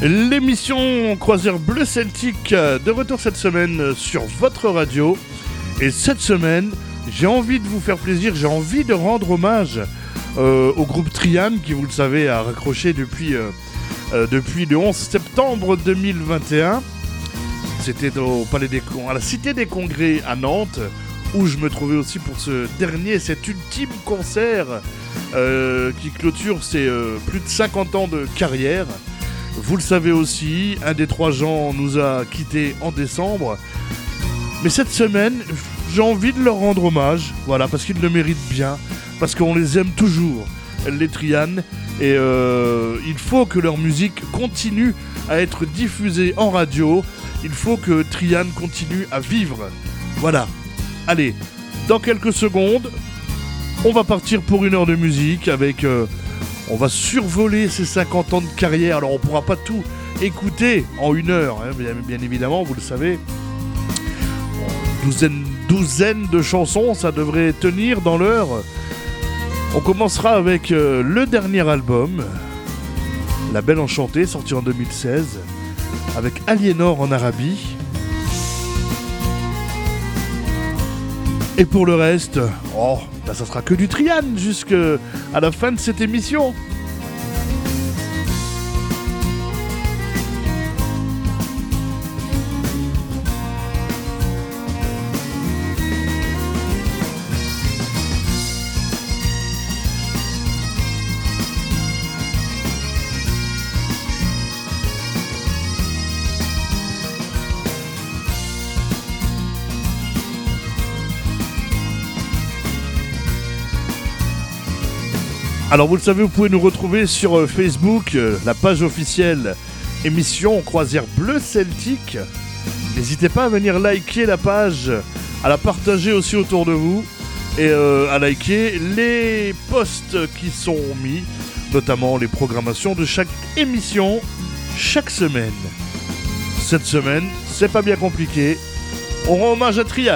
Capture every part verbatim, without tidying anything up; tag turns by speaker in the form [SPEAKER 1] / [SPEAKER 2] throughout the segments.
[SPEAKER 1] L'émission Croisière Bleu Celtique de retour cette semaine sur votre radio. Et cette semaine, j'ai envie de vous faire plaisir, j'ai envie de rendre hommage euh, au groupe Trian qui, vous le savez, a raccroché depuis, euh, euh, depuis le onze septembre deux mille vingt et un. C'était au Palais des Con- à la Cité des Congrès à Nantes, où je me trouvais aussi pour ce dernier, cet ultime concert euh, qui clôture ses euh, plus de cinquante ans de carrière. Vous le savez aussi, un des trois gens nous a quittés en décembre. Mais cette semaine, j'ai envie de leur rendre hommage, voilà, parce qu'ils le méritent bien, parce qu'on les aime toujours, les Trian, et euh, il faut que leur musique continue à être diffusée en radio, il faut que Trian continue à vivre. Voilà. Allez, dans quelques secondes, on va partir pour une heure de musique avec... Euh, on va survoler ces cinquante ans de carrière. Alors on pourra pas tout écouter en une heure, hein, bien, bien évidemment, vous le savez. Douzaine, douzaine de chansons, ça devrait tenir dans l'heure. On commencera avec euh, le dernier album, La Belle Enchantée, sorti en deux mille seize, avec Aliénor en Arabie. Et pour le reste, oh, bah ça sera que du Trian jusqu'à la fin de cette émission. Alors vous le savez, vous pouvez nous retrouver sur euh, Facebook, euh, la page officielle émission Croisière Bleu Celtique. N'hésitez pas à venir liker la page, à la partager aussi autour de vous et euh, à liker les posts qui sont mis, notamment les programmations de chaque émission, chaque semaine. Cette semaine, c'est pas bien compliqué, on rend hommage à Trian.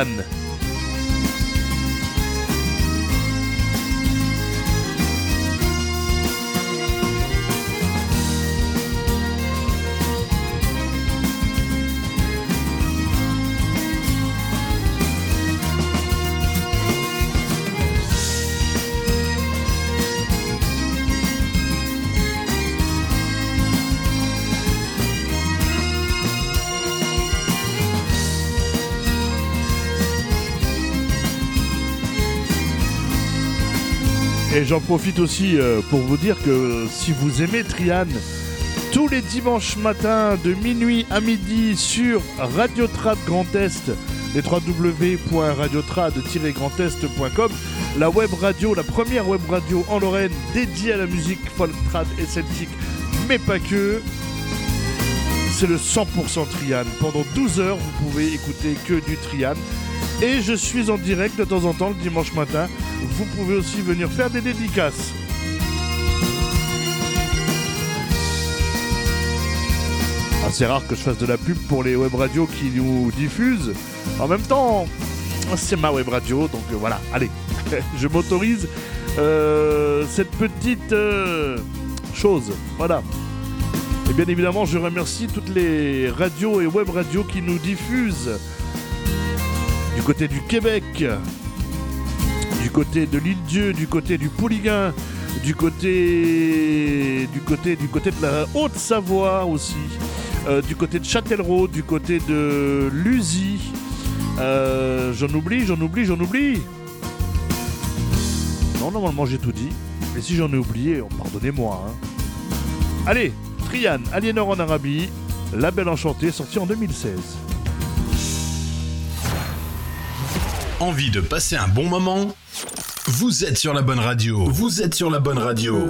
[SPEAKER 1] Et j'en profite aussi euh, pour vous dire que si vous aimez Trian, tous les dimanches matins de minuit à midi sur Radio Trad Grand Est, les w w w point radio trad tiret grand est point com, la web radio, la première web radio en Lorraine dédiée à la musique folk trad et celtique, mais pas que. C'est le cent pour cent Trian. Pendant douze heures, vous pouvez écouter que du Trian. Et je suis en direct de temps en temps le dimanche matin. Vous pouvez aussi venir faire des dédicaces. Ah, c'est rare que je fasse de la pub pour les web radios qui nous diffusent. En même temps, c'est ma web radio, donc euh, voilà, allez, je m'autorise euh, cette petite euh, chose, voilà. Et bien évidemment, je remercie toutes les radios et web radios qui nous diffusent du côté du Québec, du côté de l'Île-Dieu, du côté du Pouliguen, du côté du côté du côté de la Haute-Savoie aussi, euh, du côté de Châtellerault, du côté de Luzy. Euh, j'en oublie, j'en oublie, j'en oublie. Non, normalement j'ai tout dit. Mais si j'en ai oublié, pardonnez-moi. Hein. Allez, Trian, Aliénor en Arabie, La Belle Enchantée, sorti en deux mille seize.
[SPEAKER 2] Envie de passer un bon moment? Vous êtes sur la bonne radio. Vous êtes sur la bonne radio.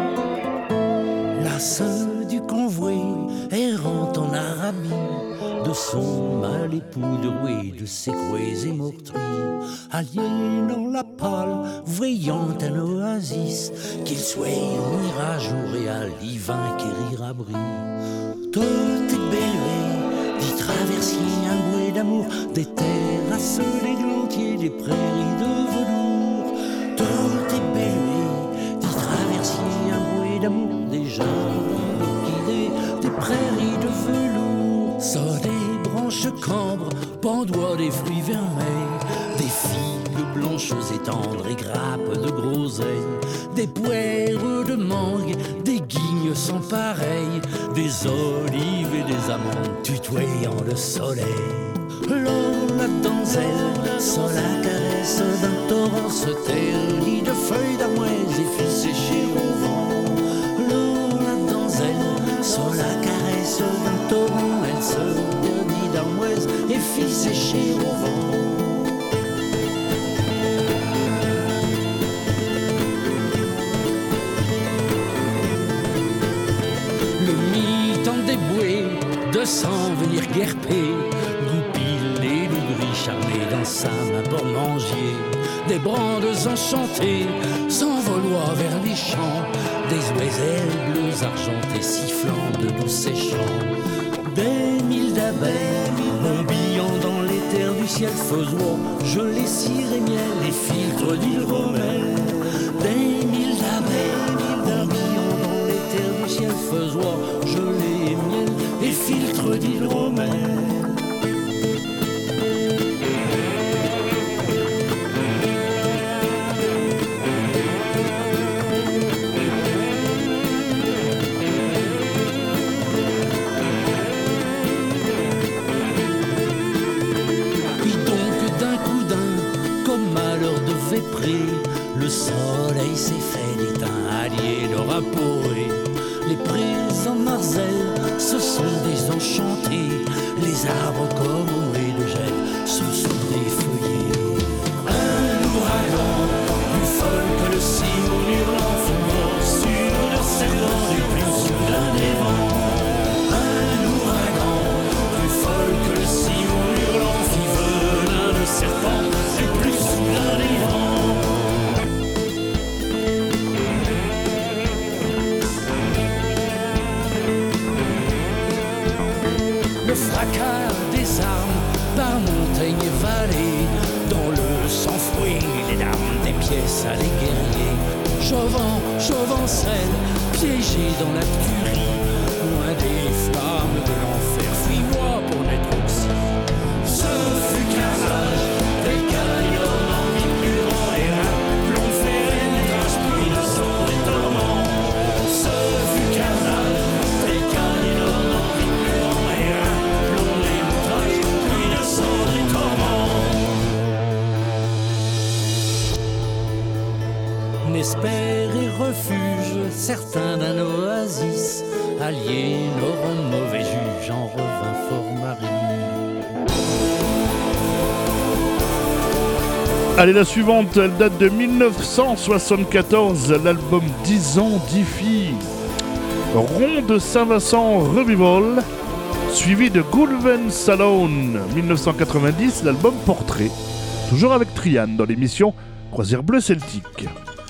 [SPEAKER 3] L'as du convoi errant en Arabie, de son mal époudroué de ses couées et meurtries, aliénant la pâle, voyant un oasis, qu'il soit un mirage ou réal, divin quérir abri. Tout est belle, d'y traverser un bouet d'amour, des terrasses, des glantiers, des prairies de velours. Tout est belle, d'y traverser un bouet d'amour, des jardins d'orchidées, des prairies de velours. Sur des branches cambres, pendoient des fruits vermeils, des figues blanches et tendres et grappes de groseilles, des poires de mangue, des guignes sans pareil, des olives et des amandes tutoyant le soleil. L'eau, la donzelle, sur la caresse d'un torrent se terlit de feuilles d'armoise et fit sécher au vent. L'eau, la donzelle, sur la caresse d'un torrent, elle se terlit d'armoise et fit sécher au vent. De sang venir guerper, goupil et loup gris charmé dans sa main pour manger. Des brandes enchantées s'envoloient vers les champs, des oiselles bleues argentées sifflant de douces chants. Des mille d'abeilles bombillant dans l'éther du ciel faisoient gelées cire et miel et filtres d'hydromel. Des mille d'abeilles bombillant dans l'éther du ciel faisoient gelées et miel et filtres d'hydromel. Puis donc d'un coup d'un, comme à l'heure de Vépré, le soleil s'est fait d'éteint, allié de raporé. Les prés en marzelle se sont désenchantés, les arbres comme noués de gel se sont défeuillés. Un ouragan, plus folle que le simon hurlant, fondant sur le serpent du plus soudain des vents. Un ouragan, plus folle que le simon hurlant, fit venin de serpent du plus soudain des vents. Le fracas des armes par montagne et vallée, dans le sang-fouet, les larmes des pièces à les guerriers. Chauvin, chauvencelle, piégé dans la tuerie, loin des flammes de l'enfer, fuis-moi pour n'être aussi. Ce fut carnage, tel qu'un homme en vie plus grand et un plomb ferré n'étrange plus innocent des tourments. Ce fut carnage, tel qu'un homme en vie plus grand et un plomb n'étrange plus innocent des tourments. N'espère et refuge, certain d'un oasis, allié n'auront mauvais juge, en revint fort Marie.
[SPEAKER 1] Allez, la suivante, elle date de dix-neuf cent soixante-quatorze, l'album dix ans, dix filles. Rond de Saint-Vincent Revival, suivi de Goulven Salone, dix-neuf cent quatre-vingt-dix, l'album Portrait. Toujours avec Trian dans l'émission Croisière Bleu Celtique.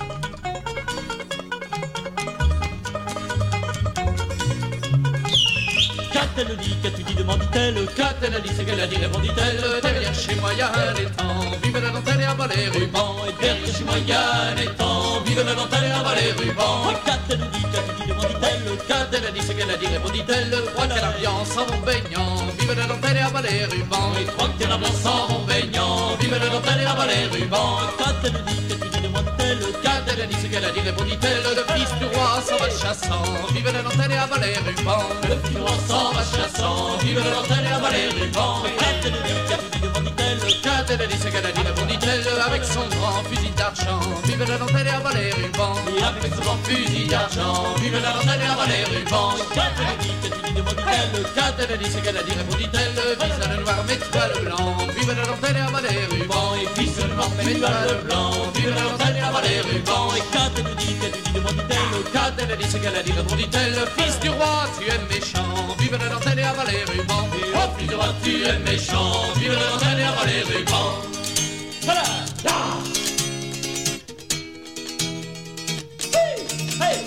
[SPEAKER 4] Qu'a-t-elle dit, qu'as-tu dit, demandit-elle. Qu'a-t-elle dit, c'est qu'elle a dit, répondit-elle. Derrière chez moi y'a un étang, vive la dentelle et abat les rubans. Et derrière chez moi y'a un étang, vive la dentelle et abat les rubans. Qu'a-t-elle dit, qu'as-tu dit, demandit-elle. Qu'a-t-elle dit, c'est qu'elle a dit, répondit-elle. Trois qu'elle ambiance en vont baignant, vive la dentelle et abat les rubans. Et trois qu'elle ambiance en vont baignant, vive la dentelle et abat les rubans. Qu'a-t-elle dit, qu'as-tu dit, demandit-elle. Qu'a-t-elle dit, c'est qu'elle a dit, répondit-elle. Le fils du roi s'en va chassant, vive la dentelle et abat les rubans. Le fils du roi s'en va chassant, vive la dentelle et abat les rubans. Qu'a-t-elle dit, qu'as-tu dit, demandit-elle. Qu'a-t-elle dit, c'est qu'elle a dit, répondit-elle. Avec son grand fusil d'argent, vive la dentelle et abat les rubans. Et avec son grand fusil d'argent, vive la dentelle et abat les rubans. Qu'a-t-elle dit, qu'as-tu dit, demandit-elle. Qu'a-t-elle dit, c'est qu'elle a dit, répondit-elle. Vise le noir, mets-toi le blanc, vive la dentelle et abat les rubans. Et vise le noir, mets-toi le blanc, vive la dentelle et abat les rubans. Et qu'a-t-elle dit, qu'as-tu dit, demandit-elle. Qu'a-t-elle dit, c'est qu'elle a dit, répondit-elle. Fils du roi, tu es méchant, vive la dentelle et abat les rubans. Oh, fils du roi, tu tu es méchant, vive la dentelle et abat les rubans. Voilà. Ah. Hey. Hey.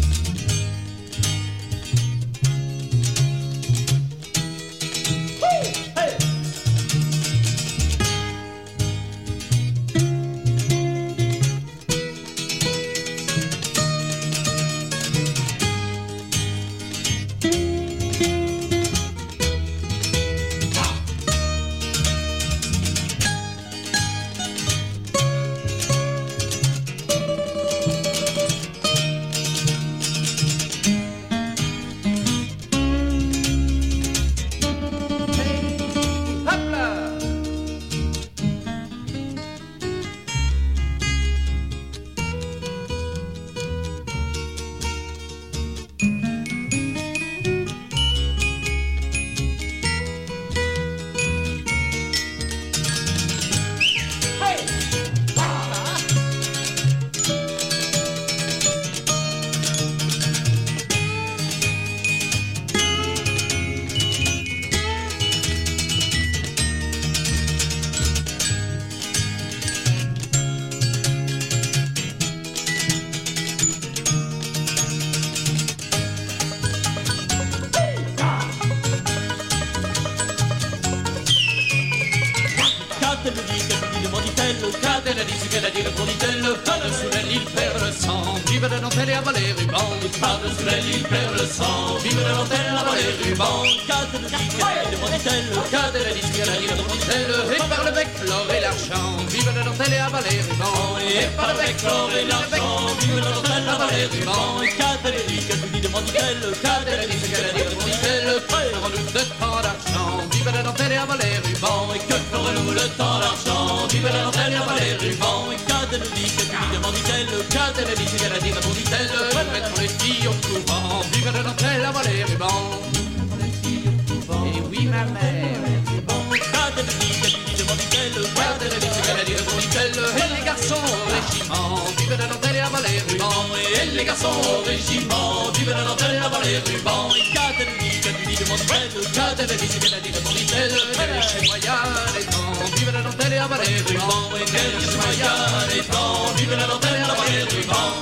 [SPEAKER 4] Vive la dentelle et abat les rubans. Par-dessus la ligne perd le sang. Vive la dentelle, abat les rubans. Cade le dit, cade le monditelle. Cade le dit, cade le monditelle. Et par le bec, l'or et l'argent. Vive la dentelle et abat les rubans. Et par le bec, l'or et l'argent. Vive la dentelle, abat les rubans. Cade le dit, cade le monditelle. Cade le dit, cade le monditelle. Ferons-nous de tant d'argent. Vive la dentelle et abat les rubans. Et que ferons-nous le temps d'argent. Vive la dentelle et abat les rubans. Et cade le dit, cade le monditelle. Cade le dit, cade le monditelle. Mettre les filles au couvent, vive la dentelle, abat les rubans. Et oui ma mère, cade le dit, cade le monditelle. Cade le dit, cade le monditelle. Et les garçons au régiment, vive la dentelle et abat les rubans. Et les garçons au régiment, vive la dentelle et abat les rubans. Et cade le dit, cade le monditelle. Cade le dit, cade le monditelle. Et chez moi y'a les temps, vive la dentelle et abat les rubans. Et chez moi y'a les temps, vive la dentelle et abat les rubans.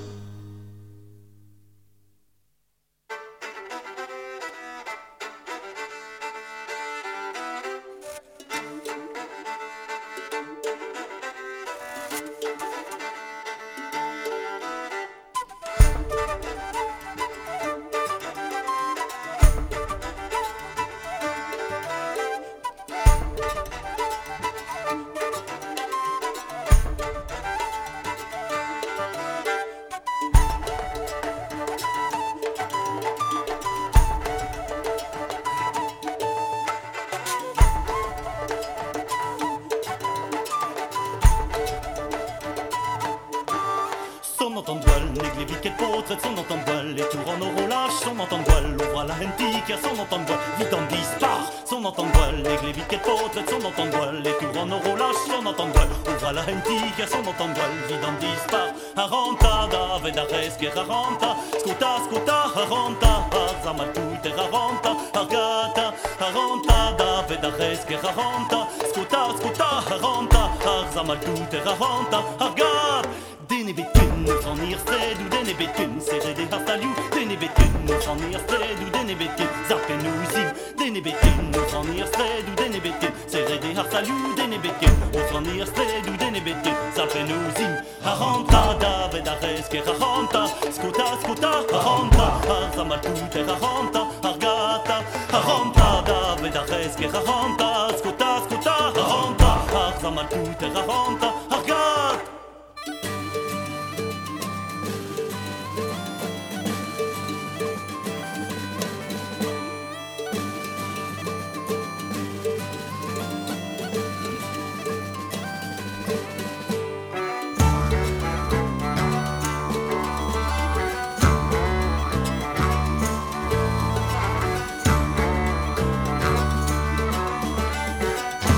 [SPEAKER 5] Raranta, scuta, scuta, raranta, arzamaltute, raranta, argata, raranta, daveda reske, raranta, scuta, scuta, raranta, arzamaltute, raranta, argat. Dene betun, van hier stred, ou dene betun, serre de hartaliu, dene betun, van hier stred, ou dene betun, zappen uzim, dene betun, van hier stred, ou dene betun, serre de hartaliu, dene betun, van hier stred, ou dene betun, zappen uzim, raranta, daveda reske, raranta, scuta, scuta, raranta, arzamaltute, raranta, argata, raranta, daveda reske, raranta, scuta, scuta, raranta, arzamaltute, raranta, argat.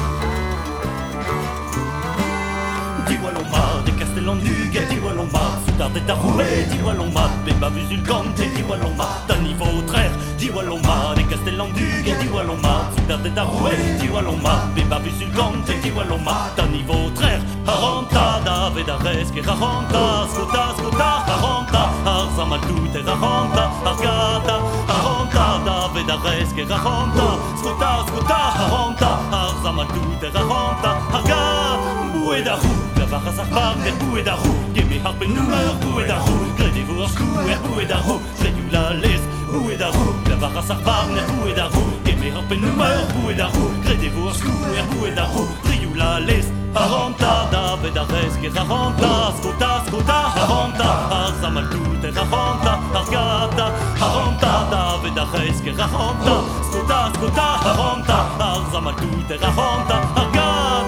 [SPEAKER 5] Di Wallomar, di Castellon Nuguet, di Wallomar, Sudarte tarroué, di Wallonma, Beba Vusulcante, di Wallonma, Dani Vautrer, di Wallonma, de Castellandugue, di Wallonma, Sudarte tarroué, di Wallonma, Beba Vusulcante, di Wallonma, Dani Vautrer, Aranta, Daveda Resque, Aranta, Scota, Scota, Aranta, Arzamaltute, Aranta, Argata, Aranta, Daveda Resque, Aranta, Scota, Scota, Aranta, Arzamaltute, Aranta, Arga, Bouedarou, la Varra Sarbar, Bouedarou, Geme Harpe Numeur, Bouedarou, Gredevor, Scouer, Bouedarou, Redula Les, Bouedarou, la Varra Sarbar, Bouedarou, Geme Harpe Numeur, Bouedarou, Gredevor, Scouer, Bouedarou, Redula Les, Aranta, Daveda Resque, Aranta, Scota, Scota, Aranta, Arzamaltute, Aranta, Argata, Aranta, Daveda Resque, Aranta, Scota, Scota, Aranta, Arzamaltute, Aranta, Argata.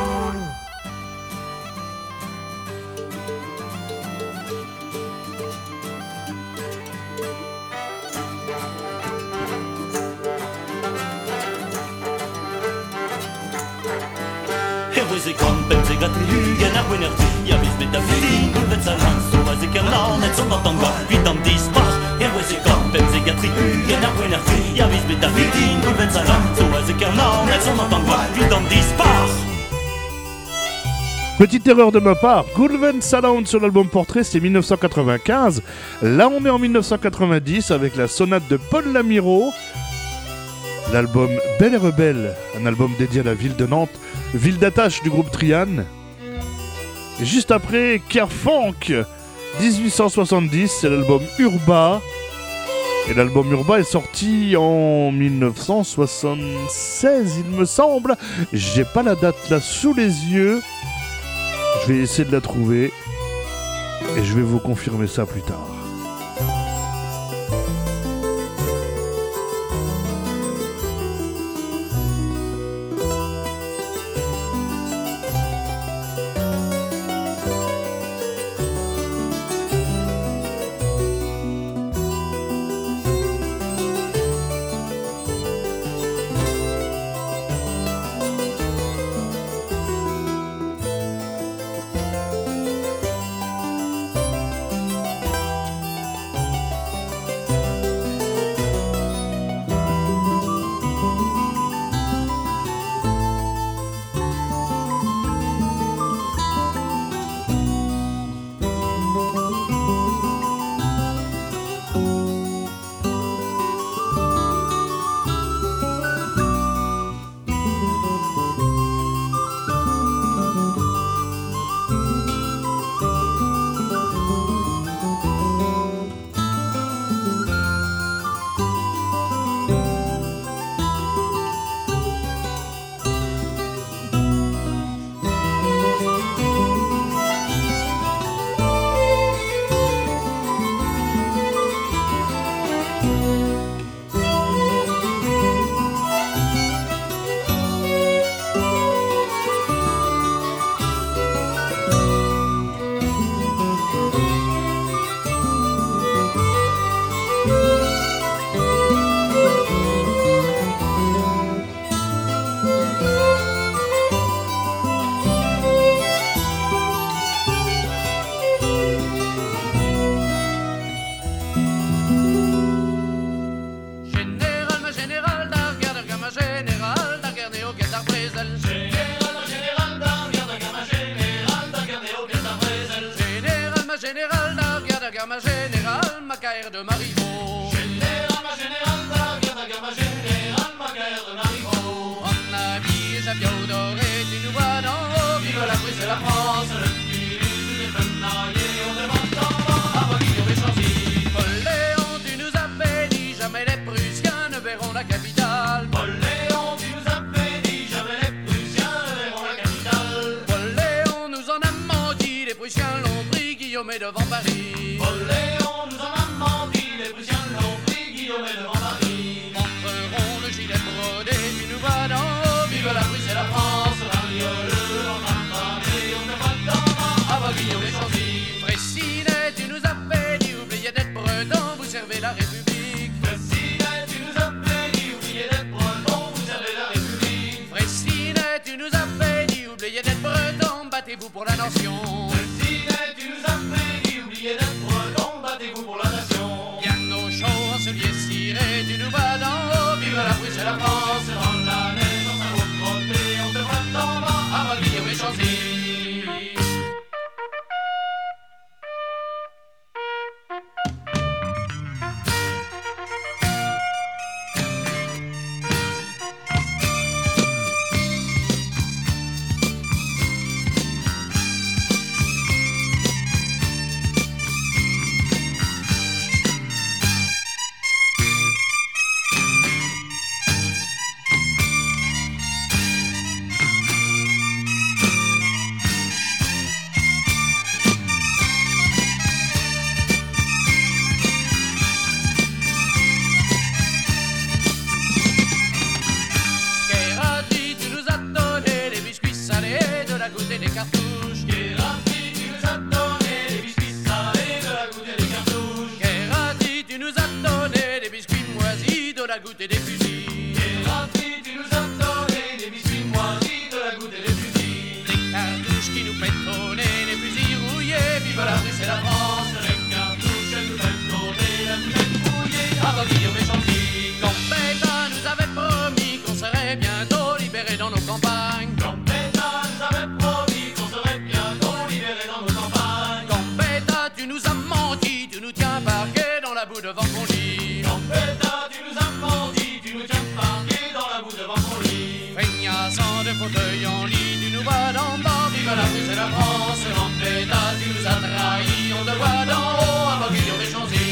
[SPEAKER 5] Ze kampen, ze gaat lugen naar winnerty. Ja, wist met de vriendin, hoe het zijn hand. Zo was ik er nou net zonder tango, wie dan die spar. Ja, ze kampen, ze gaat lugen naar winnerty. Ja, wist met de vriendin, hoe het zijn hand. Zo was ik er nou net zonder tango, wie dan die spar.
[SPEAKER 1] Petite erreur de ma part, Gulven Sound sur l'album Portrait, c'est dix-neuf cent quatre-vingt-quinze. Là, on est en dix-neuf cent quatre-vingt-dix avec la sonate de Paul Lamiro. L'album Belle et Rebelle, un album dédié à la ville de Nantes, ville d'attache du groupe Trian. Et juste après, Kerfunk, dix-huit cent soixante-dix, c'est l'album Urba. Et l'album Urba est sorti en dix-neuf cent soixante-seize, il me semble. J'ai pas la date là sous les yeux. Je vais essayer de la trouver. Et je vais vous confirmer ça plus tard.
[SPEAKER 6] ma générale, ma carrière de Marivaux.
[SPEAKER 4] Général, ma générale, ma guerre, ma générale, ma carrière de Marivaux.
[SPEAKER 6] Mon ami Javier Doré, tu nous vois d'en haut.
[SPEAKER 4] Vive la Prusse et la France, le virus des fennaillés, on demande en bas, à Guillaume et Chantilly.
[SPEAKER 6] Paul Léon, tu nous as béni, jamais les Prussiens ne verront la capitale.
[SPEAKER 4] Paul Léon, tu nous as béni, jamais les Prussiens ne verront la capitale.
[SPEAKER 6] Paul Léon nous en a menti, les Prussiens l'ont pris, Guillaume est devant Paris.
[SPEAKER 4] Paul Léon nous en a menti, les Prussiens l'ont pris, Guillaume est devant Paris.
[SPEAKER 6] Montreront le gilet brodé, tu nous vois d'en haut.
[SPEAKER 4] Vive la Prusse et la France, mariole, on entend et on ne voit d'en bas, à bas Guillaume et Chantilly.
[SPEAKER 6] Fraissinet, tu nous as béni, oubliez d'être breton, vous servez la République.
[SPEAKER 4] Fraissinet, tu nous as béni, oubliez d'être breton, vous servez la République.
[SPEAKER 6] Fraissinet, tu nous as béni, oubliez d'être breton, battez-vous pour la nation.
[SPEAKER 4] Fraissinet, tu nous as béni, oubliez d'être breton.
[SPEAKER 6] la goutte et des fusils.
[SPEAKER 4] Et rapide, tu nous as donné des biscuits moisis, de la goutte et des fusils.
[SPEAKER 6] Des cartouches qui nous pétronnaient, des fusils rouillés, vive la Russe et la France.
[SPEAKER 4] Les cartouches, elles nous pétronnaient, la tête mouillée,
[SPEAKER 6] Avant Guillaume et Chantilly, Gambetta nous avait promis qu'on serait bientôt libérés dans nos campagnes.
[SPEAKER 4] Gambetta nous avait promis qu'on serait bientôt libérés dans nos campagnes.
[SPEAKER 6] Gambetta, tu nous as menti, tu nous tiens parqués dans la boue devant ton lit.
[SPEAKER 4] Gambetta, tu nous as menti, tu nous tiens parqués dans la boue devant ton lit.
[SPEAKER 6] Feignassant de fauteuil en lit, tu nous vois d'en bas, vive la France et la France. Gambetta, tu nous as trahis, on te voit d'en haut, avant Guillaume et Chantilly.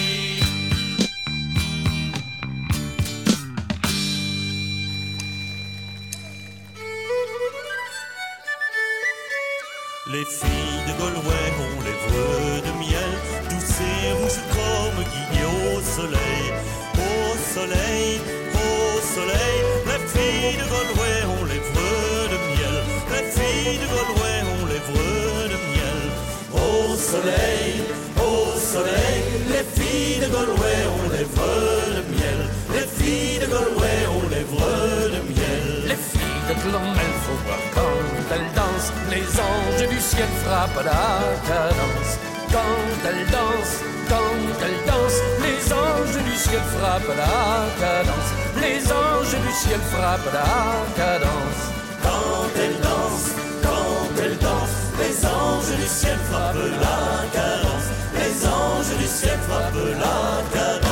[SPEAKER 5] Les filles de Galway ont les vœux de miel, douces et rouges comme guignées au soleil. Au soleil, au soleil, les filles de Galway ont les vœux de miel. Les filles de Galway ont les vœux de miel. Au soleil, au soleil, les filles de Galway ont les vœux de miel. Les filles de Galway ont les vœux de miel.
[SPEAKER 3] Les filles de Clonmel, faut voir quand elles dansent, les anges du ciel frappent la cadence. Quand elles dansent, quand elles dansent, les anges du ciel frappent la cadence. Les anges du ciel frappent la cadence.
[SPEAKER 5] Quand elle danse, quand elle danse, les anges du ciel frappent la cadence. Les anges du ciel frappent la cadence.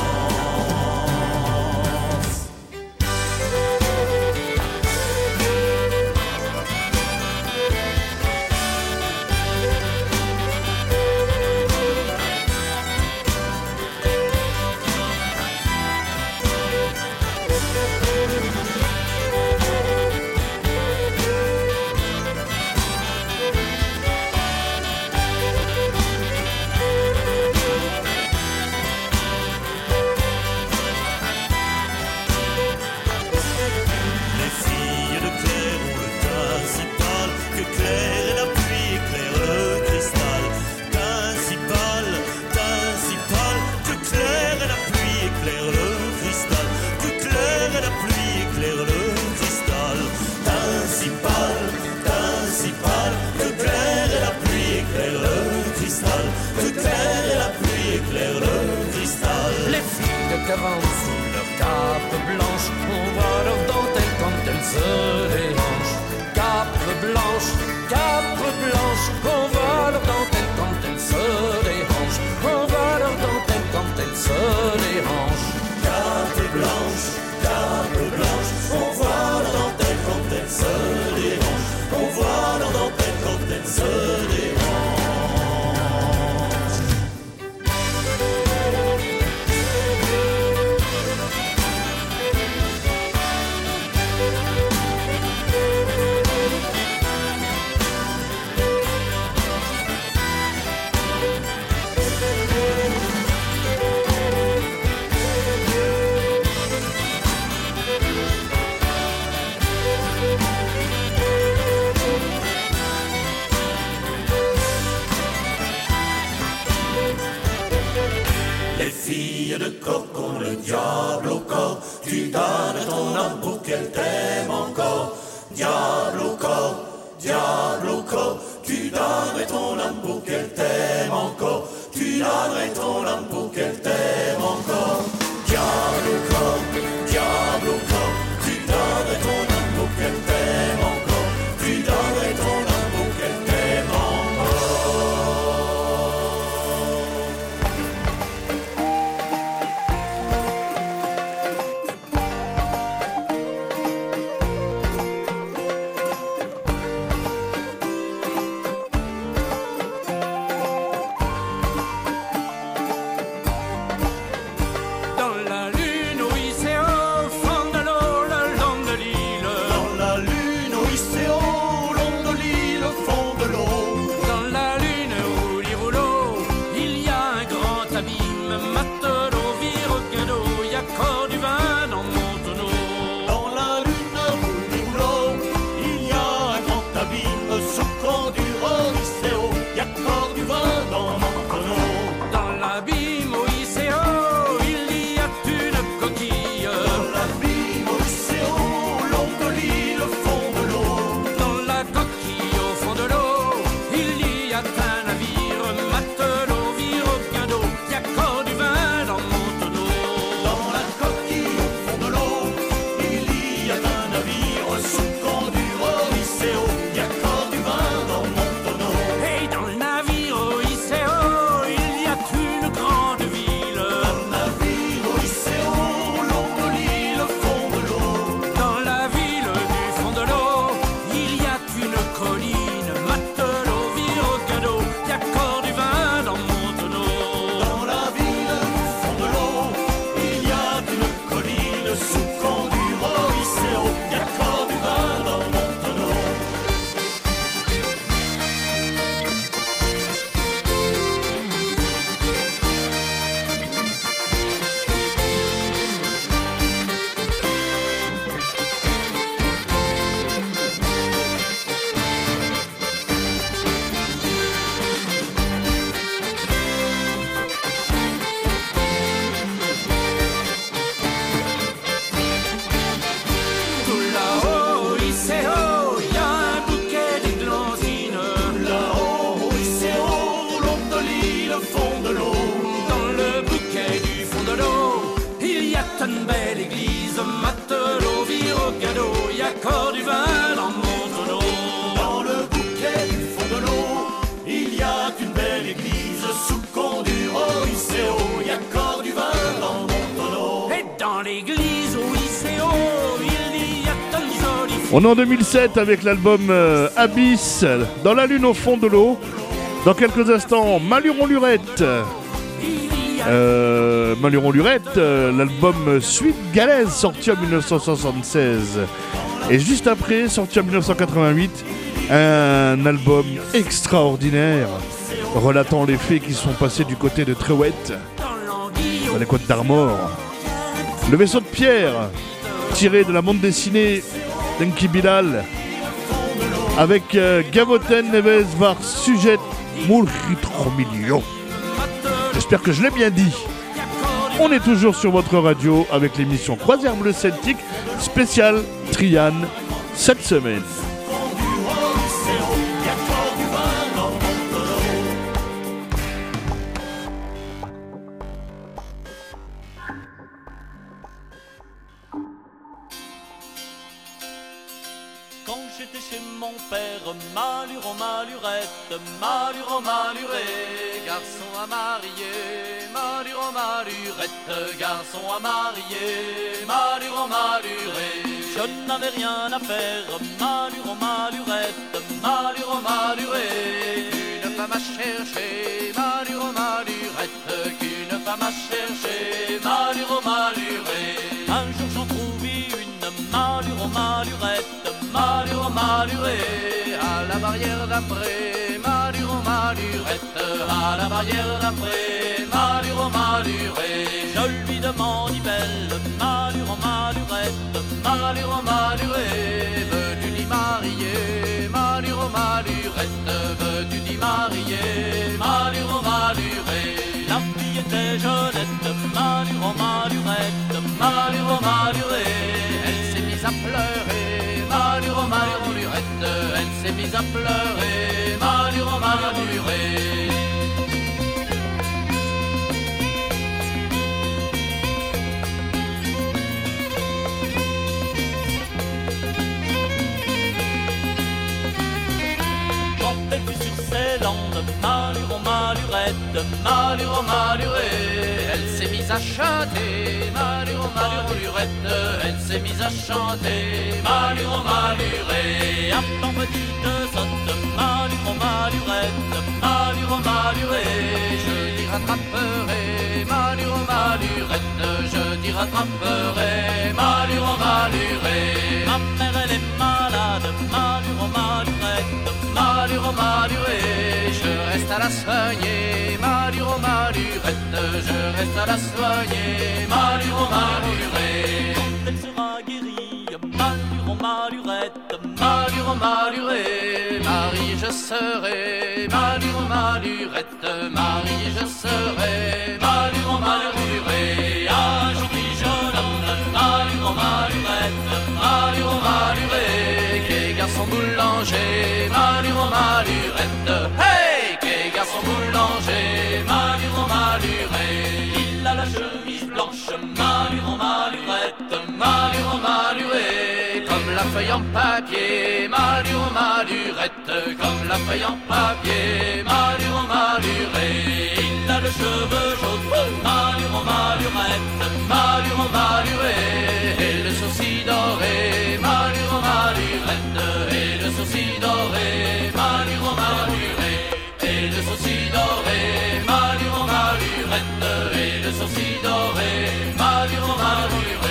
[SPEAKER 3] Qu'avant sous leur cape blanche, on voit leur dentelle quand elles se dérangent. Cape blanche, cape blanche, on voit leur dentelle quand elles se dérangent. On voit leur dentelle quand elles se dérangent.
[SPEAKER 5] Cape blanche, cape blanche, on voit leur dentelle quand elles se dérangent. On voit leur dentelle quand elles se dérangent. De coq ont le diable au corps, tu donnes ton âme pour qu'elle t'aime encore. Diable au corps, diable au corps, tu donnerais ton âme pour qu'elle t'aime encore. Tu donnerais ton âme pour qu'elle t'aime encore. Diable au corps, diable au corps, tu donnerais ton âme pour qu'elle t'aime encore. Tu donnerais ton âme pour qu'elle t'aime encore.
[SPEAKER 1] On est en deux mille sept avec l'album euh, Abyss, Dans la lune au fond de l'eau. Dans quelques instants, Maluron-Lurette. Euh, Maluron-Lurette, euh, l'album Suite Galaise, sorti en dix-neuf cent soixante-seize. Et juste après, sorti en dix-neuf cent quatre-vingt-huit, un album extraordinaire relatant les faits qui sont passés du côté de Trewette, dans les Côtes d'Armor. Le vaisseau de pierre, tiré de la bande dessinée d'Enki Bilal, avec euh, Gavoten Neves var sujet Multitromillion. J'espère que je l'ai bien dit. On est toujours sur votre radio avec l'émission Croisière Bleu Celtique, spéciale Trian cette semaine.
[SPEAKER 5] Maluron, malurette, maluron, maluré, garçon à marier, maluron, malurette, garçon à marier, maluron, maluré. Je n'avais rien à faire, maluron, malurette, maluron, maluré. Qu'une femme à chercher, maluron, malurette, qu'une femme à chercher, maluron, maluré. Un jour j'en trouvai une, maluron, malurette, maluron, maluré. À la barrière d'après, maluron, malurette, à la barrière d'après, maluron, maluré. Je lui demande, belle, maluron, malurette, maluron, maluré. Veux-tu t'y marier, maluron, malurette, veux-tu t'y marier, maluron, maluré. La fille était jeunette, maluron, malurette, maluron, maluré. Elle s'est mise à pleurer, maluron, malurette, elle s'est mise à pleurer, maluron, maluré. Quand elle fut sur ses landes, maluron, malurette, maluron, maluré. Elle s'est mise à chanter, maluron, malurette, elle s'est mise à chanter, maluron, maluré. Attends petite sotte, maluron, malurette, maluron, maluré. Je t'y rattraperai, maluron, malurette, je t'y rattraperai, maluron, maluré. Ma mère elle est malade, maluron, malurette, maluron, maluré. Je reste à la soigner, maluron, malurette, je reste à la soigner, maluron, maluré. Quand elle sera guérie, maluron, malurette, maluron, maluré. Marie je serai, maluron, malurette, Marie je serai, maluron, maluré. Un gentil jeune homme, maluron, malurette, maluron, maluré. Qu'est garçon boulanger, maluron, malurette, hey! Qu'est garçon boulanger, maluron, maluré. Il a la chemise blanche, maluron, malurette, maluron, maluré. Comme la feuille en papier, maluron, malurette, comme la feuille en papier, maluron, maluré. Il a le cheveu jaune, maluron, malurette, maluron, maluré. Et le sourcil doré, maluron, malurette, et le sourcil doré, maluron, maluré. Et le sourcil doré, maluron, malurette, et le sourcil doré, maluron, maluré.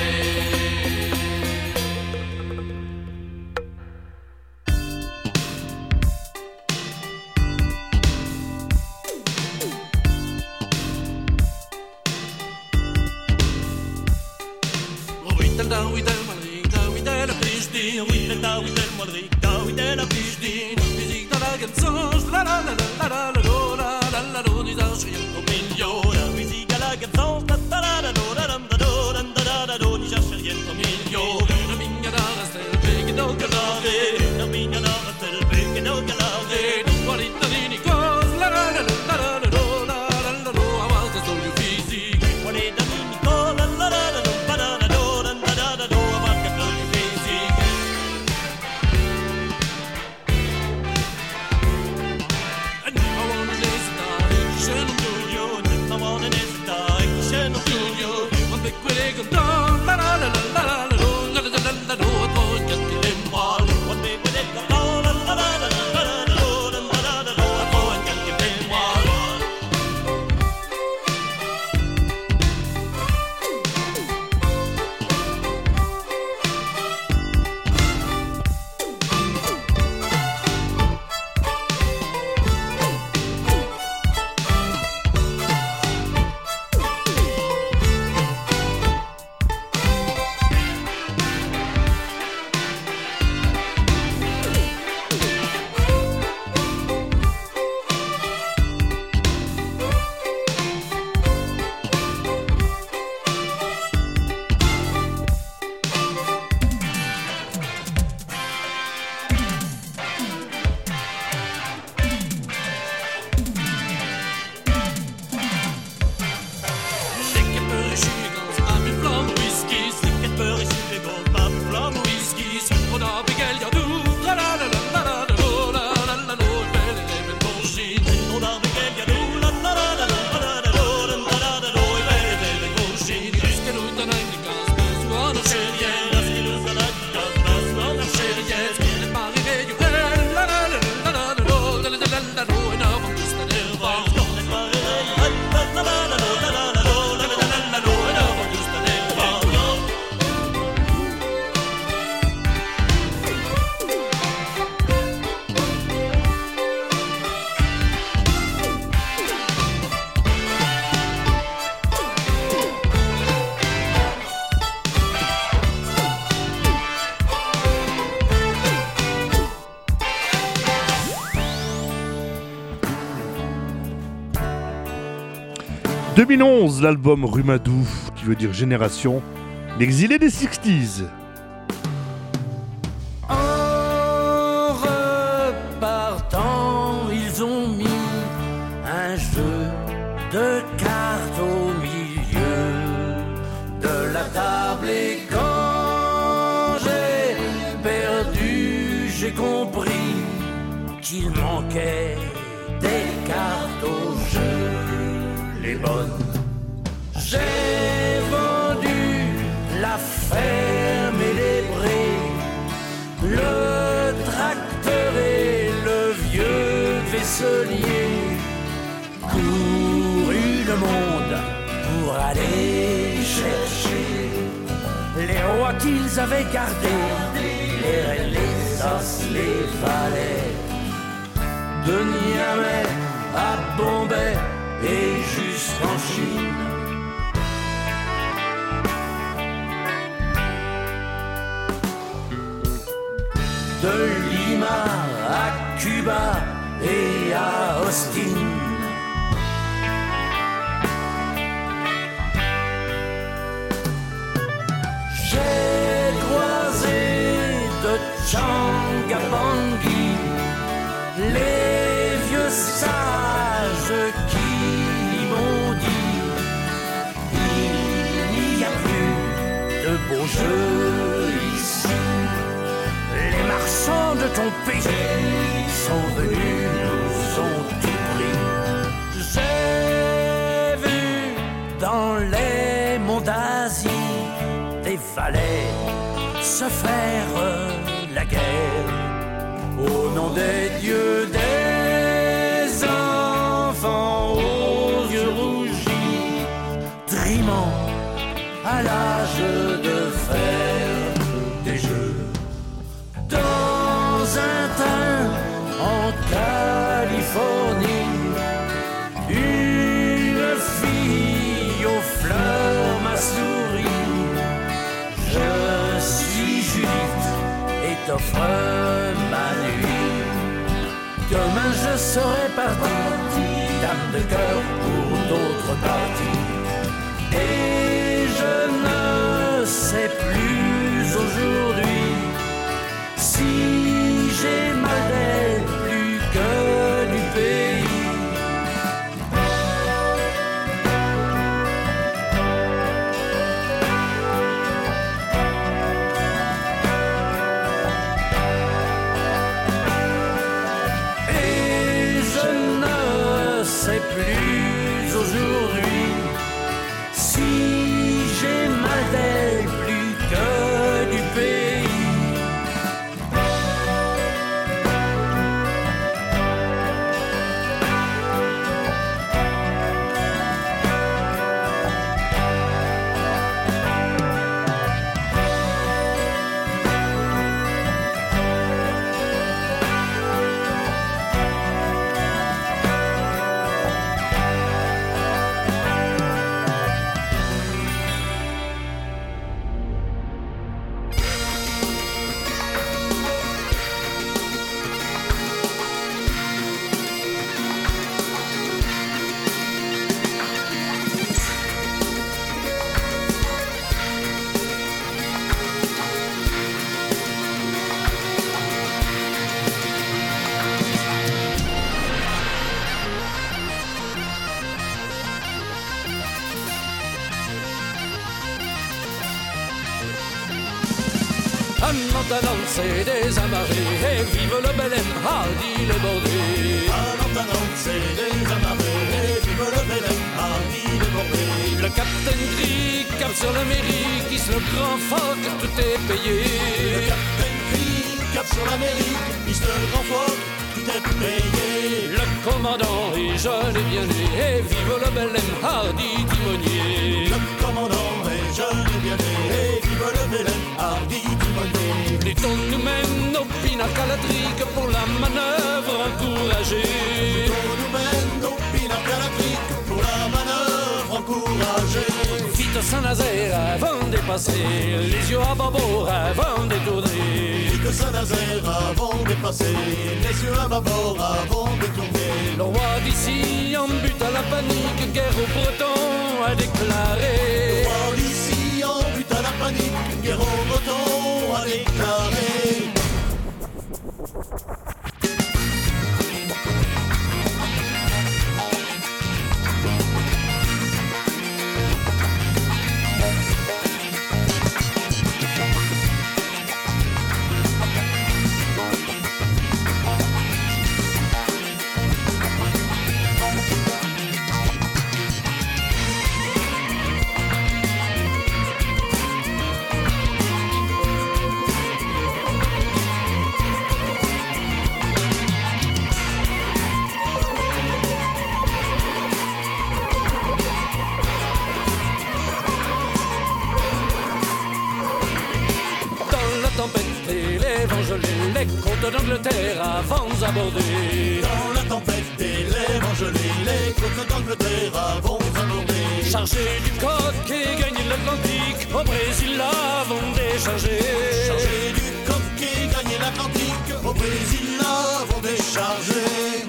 [SPEAKER 1] deux mille onze, l'album Rumadou, qui veut dire génération, l'exilé des sixties.
[SPEAKER 3] En repartant, ils ont mis un jeu de cartes au milieu de la table et quand j'ai perdu, j'ai compris qu'il manquait des cartes au jeu, les bonnes. J'ai vendu la ferme et les brés, le tracteur et le vieux vaisselier, couru le monde pour aller chercher les rois qu'ils avaient gardés, les reines, les as, les valets, de Niamey à Bombay et jusqu'en Chine. De Lima à Cuba et à Austin. J'ai croisé de Tchangabangui les vieux sages qui m'ont dit il n'y a plus de beaux jeux ici. Les marchands de ton pays sont venus, nous ont tout pris. J'ai vu dans les monts d'Asie des valets se faire la guerre au nom des dieux, des enfants aux yeux rougis, trimant à l'âge de fer des jeux. Dans un train en Californie, une fille aux fleurs m'a souri. Je suis Judith et t'offre ma nuit. Demain je serai parti, dame de cœur pour d'autres parties. Et je ne sais plus aujourd'hui si j'ai mal d'elle plus que du pays. Et je ne sais plus aujourd'hui si j'ai mal d'elle plus que du pays.
[SPEAKER 4] Un pantalon c'est désamarré et vive le bel M, hardi le bordé. Un pantalon c'est désamarré et vive le bel M, hardi le bordé. Le capitaine gris cap sur la mairie, qui se le grand phoque, tout est payé. Le capitaine gris cap sur la mairie, qui se le grand phoque, tout est payé. Le commandant est jeune et bien né et vive le bel M, hardi timonier. Le commandant est jeune et bien né et vive le bel M, hardi timonier. Pluton nous mène au pinacalatrique pour la manœuvre encouragée. Pluton nous mène au pinacalatrique pour la manœuvre encouragée. Vite Saint-Nazaire avant de passer, les yeux à bâbord avant de tourner. Vite Saint-Nazaire avant de passer, les yeux à bâbord avant de tourner. Le roi d'ici en but à la panique, guerre aux Bretons
[SPEAKER 3] a déclaré.
[SPEAKER 7] Le roi d'ici en but à la panique, une guerre au breton a déclaré.
[SPEAKER 3] Les côtes d'Angleterre avant aborder.
[SPEAKER 7] Dans la tempête des lèvres gelées, les côtes d'Angleterre avons abordé.
[SPEAKER 3] Chargés du coq et gagné l'Atlantique, au Brésil l'avons déchargé.
[SPEAKER 7] Chargés du coq et gagné l'Atlantique, au Brésil l'avons déchargé.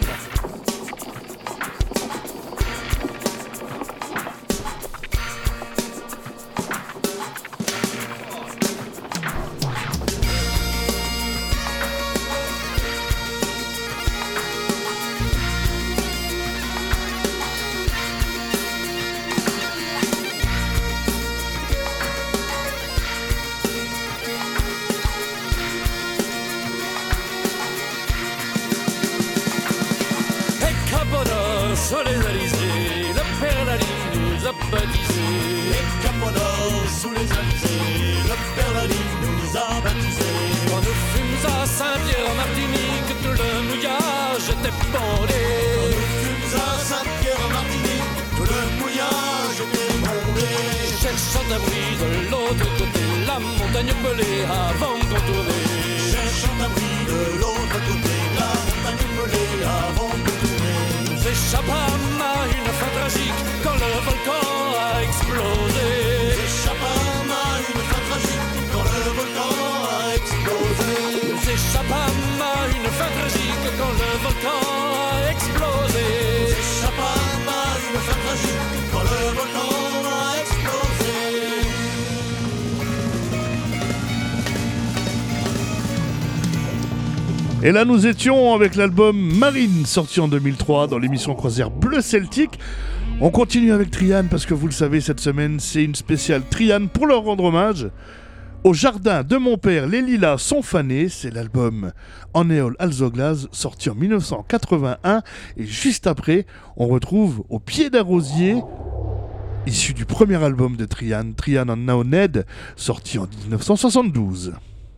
[SPEAKER 3] Sur les alizés, le père Lali nous a baptisés.
[SPEAKER 7] Les capodos sous les alizés, le père Lali nous a baptisés.
[SPEAKER 3] Quand nous fûmes à Saint-Pierre-en-Martinique, tout le mouillage était bondé.
[SPEAKER 7] Quand nous fûmes à Saint-Pierre-en-Martinique, tout le mouillage était bondé.
[SPEAKER 3] Cherchant un bruit de l'autre côté, la montagne pelée avant de tourner.
[SPEAKER 7] Cherchant un bruit de l'autre côté, la montagne pelée avant de tourner.
[SPEAKER 3] Nous échappâmes à une fin tragique quand le volcan a explosé.
[SPEAKER 7] Nous échappâmes à une fin tragique quand le volcan a explosé.
[SPEAKER 3] Nous échappâmes à une fin tragique quand le volcan a explosé.
[SPEAKER 7] Nous échappâmes à une fin tragique quand le volcan a explosé.
[SPEAKER 1] Et là, nous étions avec l'album Marine, sorti en deux mille trois dans l'émission Croisière Bleu Celtique. On continue avec Triane parce que vous le savez, cette semaine, c'est une spéciale Triane pour leur rendre hommage. Au jardin de mon père, les lilas sont fanés. C'est l'album En éole Alzoglaz, sorti en dix-neuf cent quatre-vingt-un. Et juste après, on retrouve Au pied d'un rosier, issu du premier album de Triane, Triane en Naoned, sorti en dix-neuf cent soixante-douze.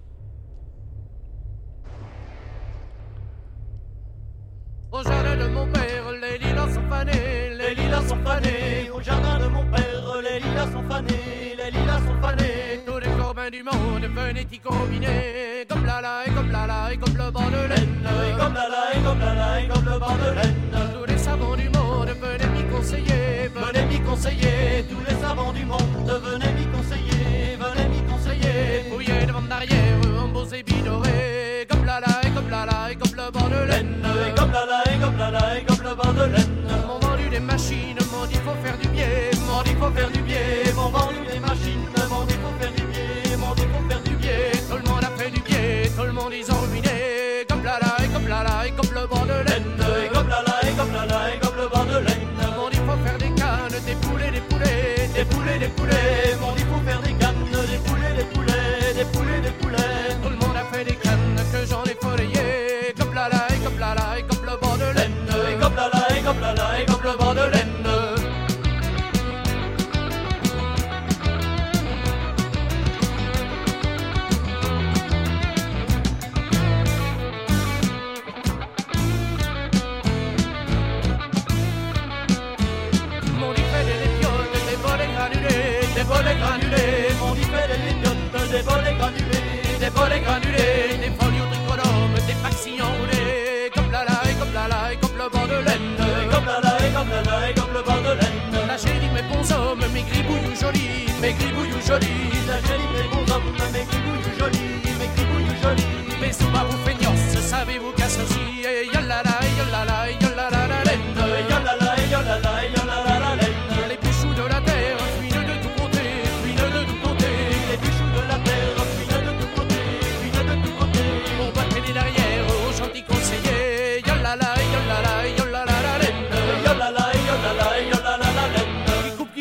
[SPEAKER 6] Au jardin de mon père, les lilas sont fanés, les lilas sont fanés. Au jardin de mon père, les lilas sont fanés, les lilas sont fanés. Tous les corbins du monde venaient y combiner, comme la la et comme la la et comme le banc de laine, et comme la la et comme la la et comme le banc de laine. Tous les savants du monde venaient m'y conseiller, venaient m'y conseiller. Tous les savants du monde venaient m'y conseiller, venaient m'y conseiller. Fouillaient devant derrière, en beaux ébis dorés, comme la la et comme la la et comme le banc de laine, et comme la la et comme la la et comme le banc de laine. M'ont vendu des machines, m'ont dit faut faire du biais, m'ont dit faut faire du biais. M'ont vendu des machines, m'ont dit faut faire du biais, m'ont dit faut faire du biais. Tout le monde a fait du biais, tout le monde ils ont ruiné, comme la la et comme la la et comme le banc de laine, et comme la la et comme la la et comme le banc de laine. M'ont dit faut faire des cannes, des poulets, des poulets, des poulets, des poulets. M'ont dit faut faire des cannes, des poulets, des poulets, des poulets, des poulets. Tout le monde a fait des cannes que j'en ai forayé, comme la la et comme la la et comme le banc de laine, et comme la la et comme la la et comme le banc de laine. Mon dit fait des lépiotes, des volets granulés, des volets granulés. Mon dit fait des lépiotes, des volets granulés, des volets granulés. Des folios trichronomes, des facsillons roulés, comme la la et comme la la et comme le banc de laine, et comme la la et comme la la et comme le banc de laine. Là j'ai dit mes bons hommes, mes gribouilles jolis, mes gribouilles jolis. Là j'ai dit mes bons hommes, mes gribouilles jolis, mes gribouilles jolis. Mais sous ma vous feignos, savez-vous qu'à ceci, et yolala, yolala, yolala la laine, yolala, yolala, yolala la laine. Les bouchous de la terre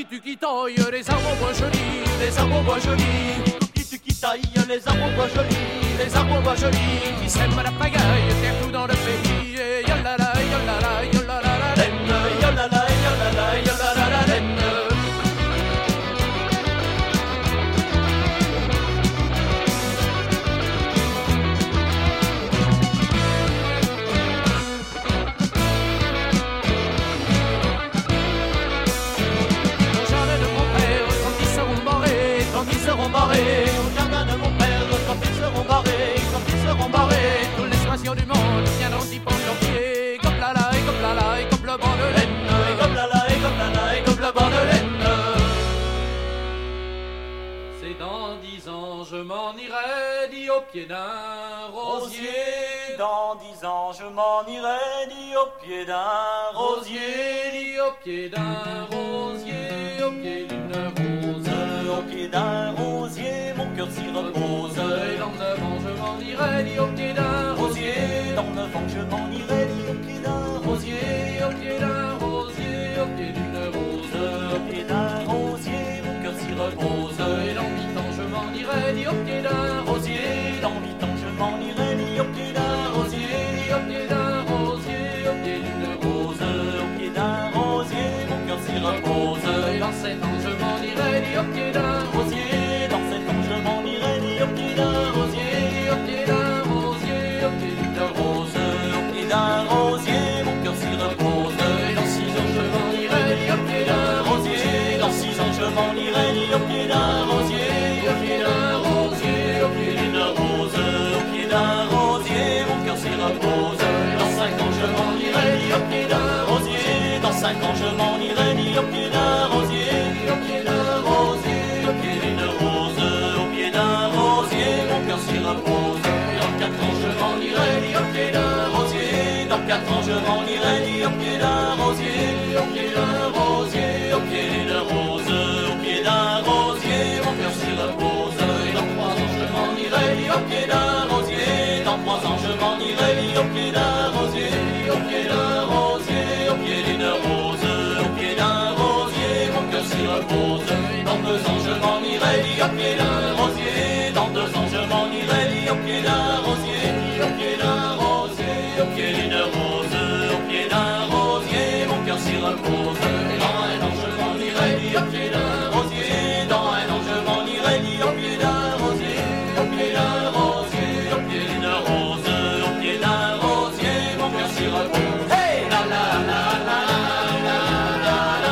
[SPEAKER 6] tu qui taille les arbres au bois jolis, les arbres au bois jolis.
[SPEAKER 7] Qui tu qui taille les arbres au bois jolis,
[SPEAKER 6] les arbres au bois jolis, qui sèment la pagaille, partout dans le pays. Et yolala, yolala, yolala, la laine,
[SPEAKER 7] yolala, yolala,
[SPEAKER 6] yolala, la laine.
[SPEAKER 7] Barrés, au jardin de mon père, quand ils seront barrés, quand ils seront barrés,
[SPEAKER 6] tous les soignants du monde viendront y prendre leurs pieds, comme la la et comme la la et comme le banc de laine,
[SPEAKER 7] et comme la la et comme la la et comme le banc de laine.
[SPEAKER 6] C'est dans dix ans je m'en irai, dit au pied d'un rosier.
[SPEAKER 5] Dans dix ans je m'en irai, dit au pied d'un rosier,
[SPEAKER 6] dit au pied d'un rosier, au pied d'une rose.
[SPEAKER 5] Au pied d'un rosier, mon cœur s'y repose.
[SPEAKER 6] Et dans neuf ans je m'en irai, dit au pied d'un
[SPEAKER 5] rosier. Dans neuf ans je m'en irai, dit au pied d'un rosier.
[SPEAKER 6] Au pied d'un rosier, au pied d'une rose.
[SPEAKER 5] Au pied d'un rosier, mon cœur s'y repose.
[SPEAKER 6] Et dans huit ans je m'en irai, dit au pied d'un rosier.
[SPEAKER 5] Dans huit ans je m'en irai, dit au pied d'un rosier.
[SPEAKER 6] Au pied d'un rosier, au pied d'une rose.
[SPEAKER 5] Au pied d'un rosier, mon cœur s'y repose.
[SPEAKER 6] Et dans sept ans je m'en irai, dit au pied d'un
[SPEAKER 5] rosier. Dans sept ans je m'en irai, dit au pied d'un rosier.
[SPEAKER 6] Au pied d'un rosier, au pied d'une rose.
[SPEAKER 5] Au pied d'un rosier, mon cœur s'y repose.
[SPEAKER 6] Et dans six ans je m'en irai, dit au pied d'un rosier.
[SPEAKER 5] Dans six ans je m'en irai, dit au pied d'un rosier.
[SPEAKER 6] Au pied d'un rosier, au pied d'une rose.
[SPEAKER 5] Au pied d'un rosier, mon cœur s'y repose.
[SPEAKER 6] Dans cinq ans je m'en irai, dit au pied d'un
[SPEAKER 5] rosier. Dans cinq ans je m'en irai, dit au pied d'un rosier.
[SPEAKER 6] Au pied d'un rosier,
[SPEAKER 5] au pied d'une rose. Au pied d'un rosier, mon cœur s'y repose.
[SPEAKER 6] Dans quatre ans je m'en irai, dit au pied d'un rosier.
[SPEAKER 5] Dans quatre ans je m'en irai, dit au pied d'un rosier.
[SPEAKER 6] Au pied d'un rosier,
[SPEAKER 5] au pied d'une rose. Au pied d'un rosier, mon cœur s'y repose.
[SPEAKER 6] Dans trois ans je m'en irai, dit au pied d'un rosier.
[SPEAKER 5] Dans trois ans je m'en irai, dit au pied d'un rosier.
[SPEAKER 6] Au pied d'un rosier,
[SPEAKER 5] au pied d'une rose. Au pied d'un rosier, mon cœur s'y repose. Dans deux ans je m'en irai, dit au pied d'un rosier. Dans deux ans je m'en irai, dit au pied d'un rosier.
[SPEAKER 6] Au pied d'un rosier,
[SPEAKER 5] au pied d'une rose. Au pied d'un rosier, mon cœur s'y repose.
[SPEAKER 6] Dans un an je m'en irai, dit au pied d'un
[SPEAKER 5] rosier. Dans un an je m'en irai, dit au pied d'un rosier.
[SPEAKER 6] Au pied d'un rosier,
[SPEAKER 5] au pied d'une rose. Au pied d'un rosier, mon cœur s'y repose.
[SPEAKER 6] Hey, la la la la la la la.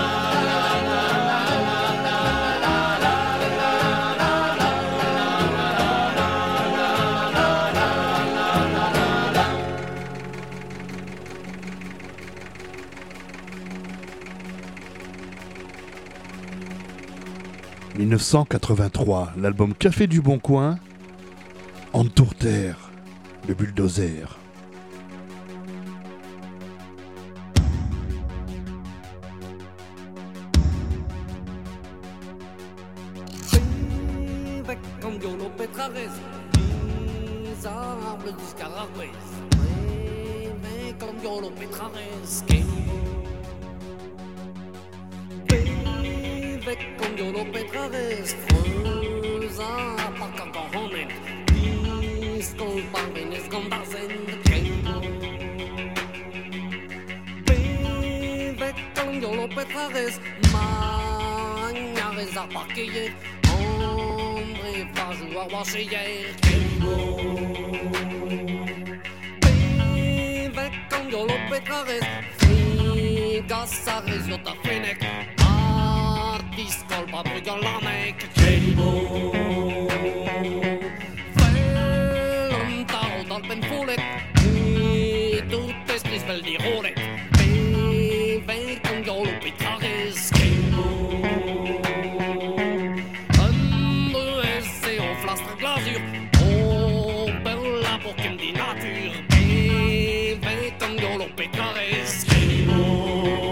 [SPEAKER 1] mille neuf cent quatre-vingt-trois, l'album Café du Bon Coin, Entourterre, le bulldozer.
[SPEAKER 3] Comme Yolo Petrares, les arbres du Scaragüez. Comme Yolo Petrares, con Yolo Petrares, Frösa, Paca Cojones, Discol Barbenes con Darzen, Bebe con Yolo Petrares, Magnares a Parquillet, Hombre Fajou a Wacheyer, Bebe con Yolo Petrares, Frigas a Resiota Fenec, Discol pa bryggan la mec Kejbo Fälanta och dalpen fålet Ut ut espris väl di hålet Bebe con galop i trares Kejbo Andresse och flastra glasur Och bella boken di natur Bebe con galop i trares Kejbo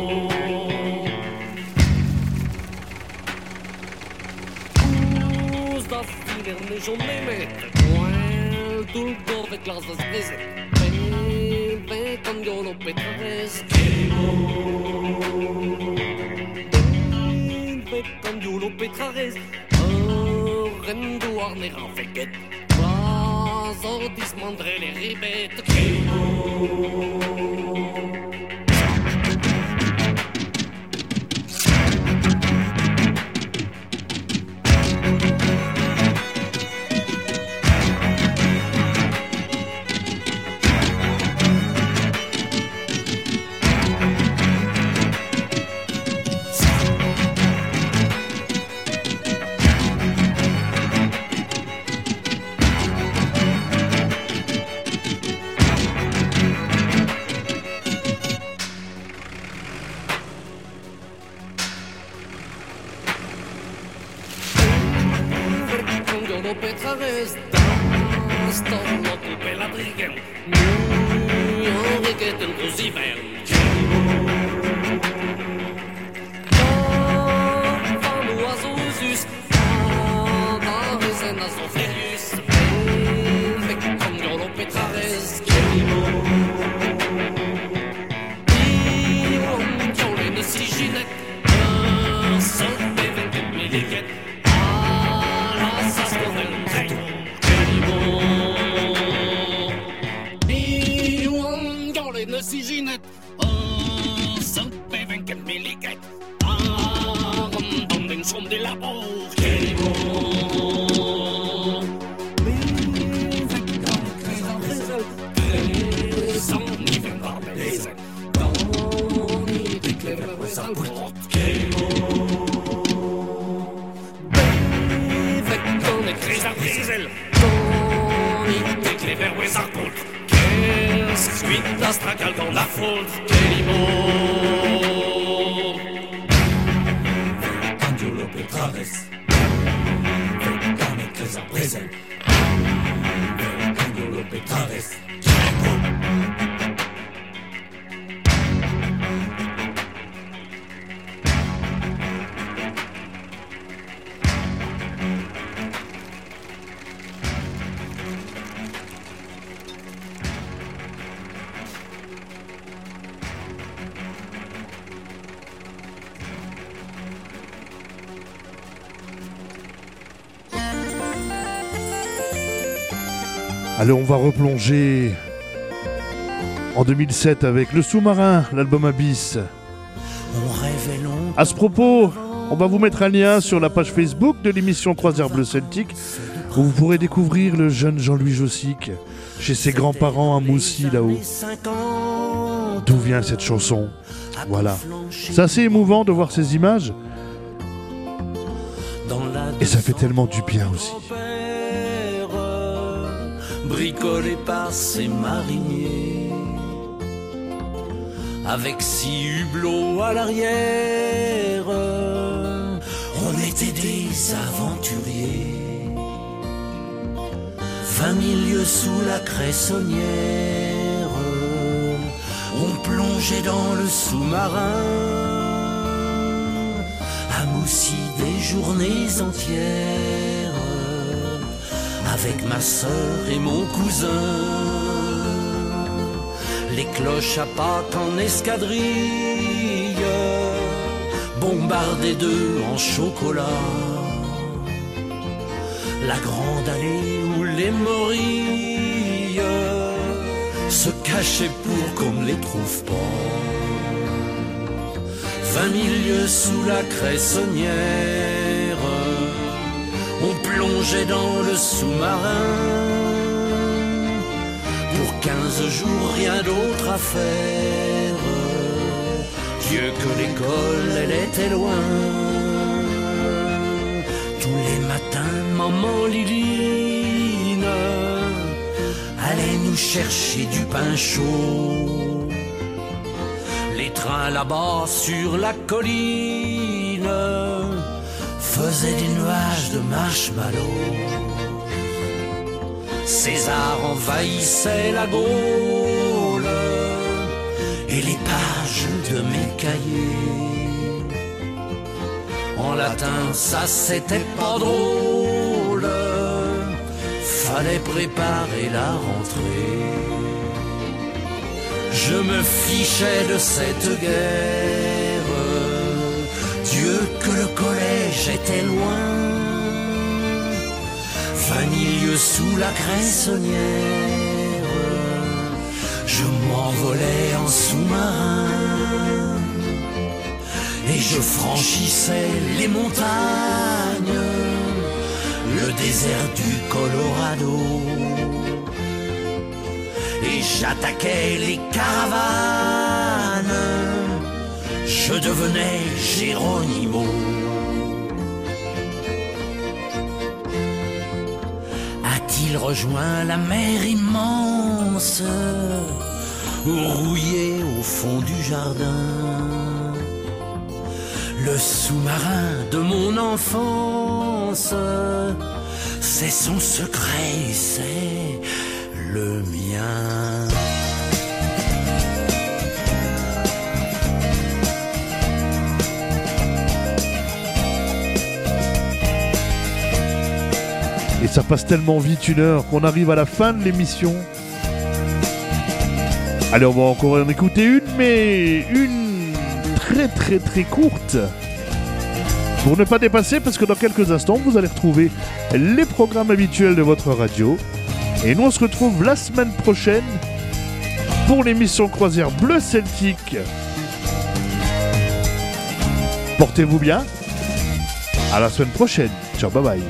[SPEAKER 3] Les gens m'aimaient, ouais, tout le corps avec glace de se briser. Ben, comme Yolo Petrares,
[SPEAKER 6] veckandiolo petrares rendo arner en feket pas ordis mandre les ribet petrares dans stormot peladrigen nu enriqueten crucifer van oiseaux dans resen a son ferius veckandiolo petrares Ion si gilet sol beven miliket si Ginette, oh, so beven que me ligue, ah, rondon den som de la bourg, Kelly-Mo. Mais veckan, krezan, krezan, krezan, ni ven var belezen, dans ni deklever with al port, Kelly-Mo. Mais veckan, krezan, krezan, dans ni deklever with al port, Suite d'Astracal dans la faute, Kelly-Mo. Veckandiolo petrares Veckan et krezan brezel Veckandiolo petrares
[SPEAKER 1] Allez, on va replonger en deux mille sept avec Le Sous-Marin, l'album Abyss. À ce propos, on va vous mettre un lien sur la page Facebook de l'émission Croisière Bleu Celtique où vous pourrez découvrir le jeune Jean-Louis Jossic chez ses grands-parents à Moussy là-haut. D'où vient cette chanson? Voilà. C'est assez émouvant de voir ces images et ça fait tellement du bien aussi.
[SPEAKER 3] Bricolé par ces mariniers, avec six hublots à l'arrière, on était des aventuriers, vingt mille lieues sous la Cressonnière, on plongeait dans le sous-marin, à Moussy des journées entières, avec ma sœur et mon cousin, les cloches à Pâques en escadrille, bombardées d'œufs en chocolat, la grande allée où les morilles se cachaient pour qu'on ne les trouve pas, vingt mille lieues sous la Cressonnière, on plongeait dans le sous-marin, pour quinze jours rien d'autre à faire, Dieu que l'école elle était loin, tous les matins maman Liline allait nous chercher du pain chaud, les trains là-bas sur la colline faisaient des nuages de marshmallows, César envahissait la Gaule et les pages de mes cahiers, en latin ça c'était pas drôle, fallait préparer la rentrée, je me fichais de cette guerre, Dieu que le collège j'étais loin, vingt mille lieues sous la Graissonnière, je m'envolais en sous-marin et je franchissais les montagnes, le désert du Colorado, et j'attaquais les caravanes, je devenais Geronimo. A-t-il rejoint la mer immense, rouillé au fond du jardin? Le sous-marin de mon enfance, c'est son secret, c'est le mien.
[SPEAKER 1] Et ça passe tellement vite une heure qu'on arrive à la fin de l'émission. Allez, on va encore en écouter une, mais une très très très courte. Pour ne pas dépasser, parce que dans quelques instants, vous allez retrouver les programmes habituels de votre radio. Et nous, on se retrouve la semaine prochaine pour l'émission Croisière Bleu Celtique. Portez-vous bien. À la semaine prochaine. Ciao, bye bye.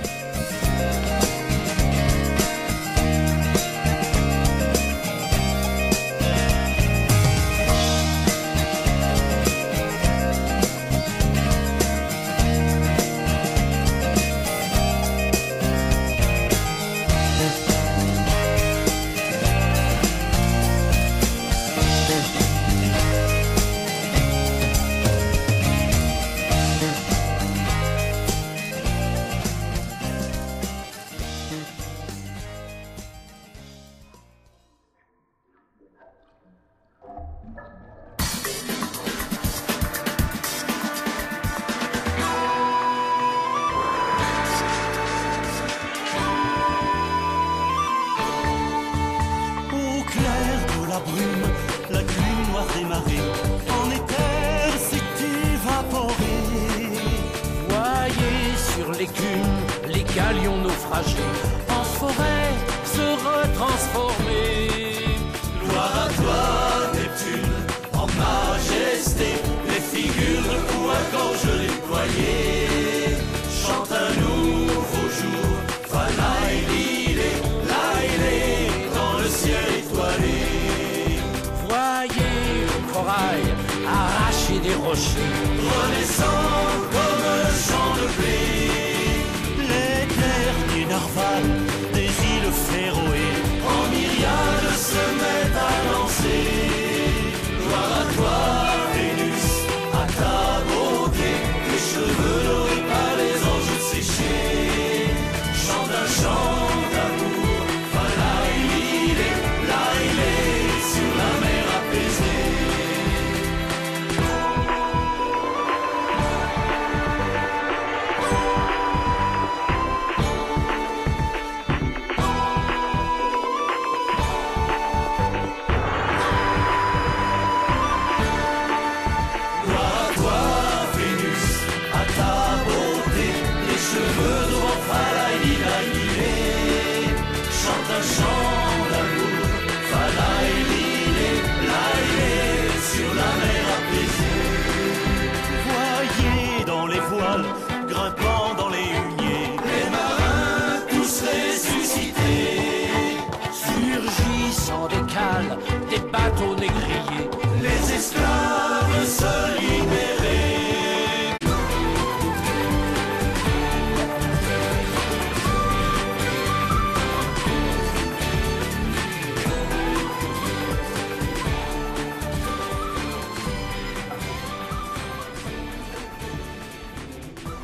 [SPEAKER 3] Des bateaux négriers,
[SPEAKER 7] les esclaves se lient.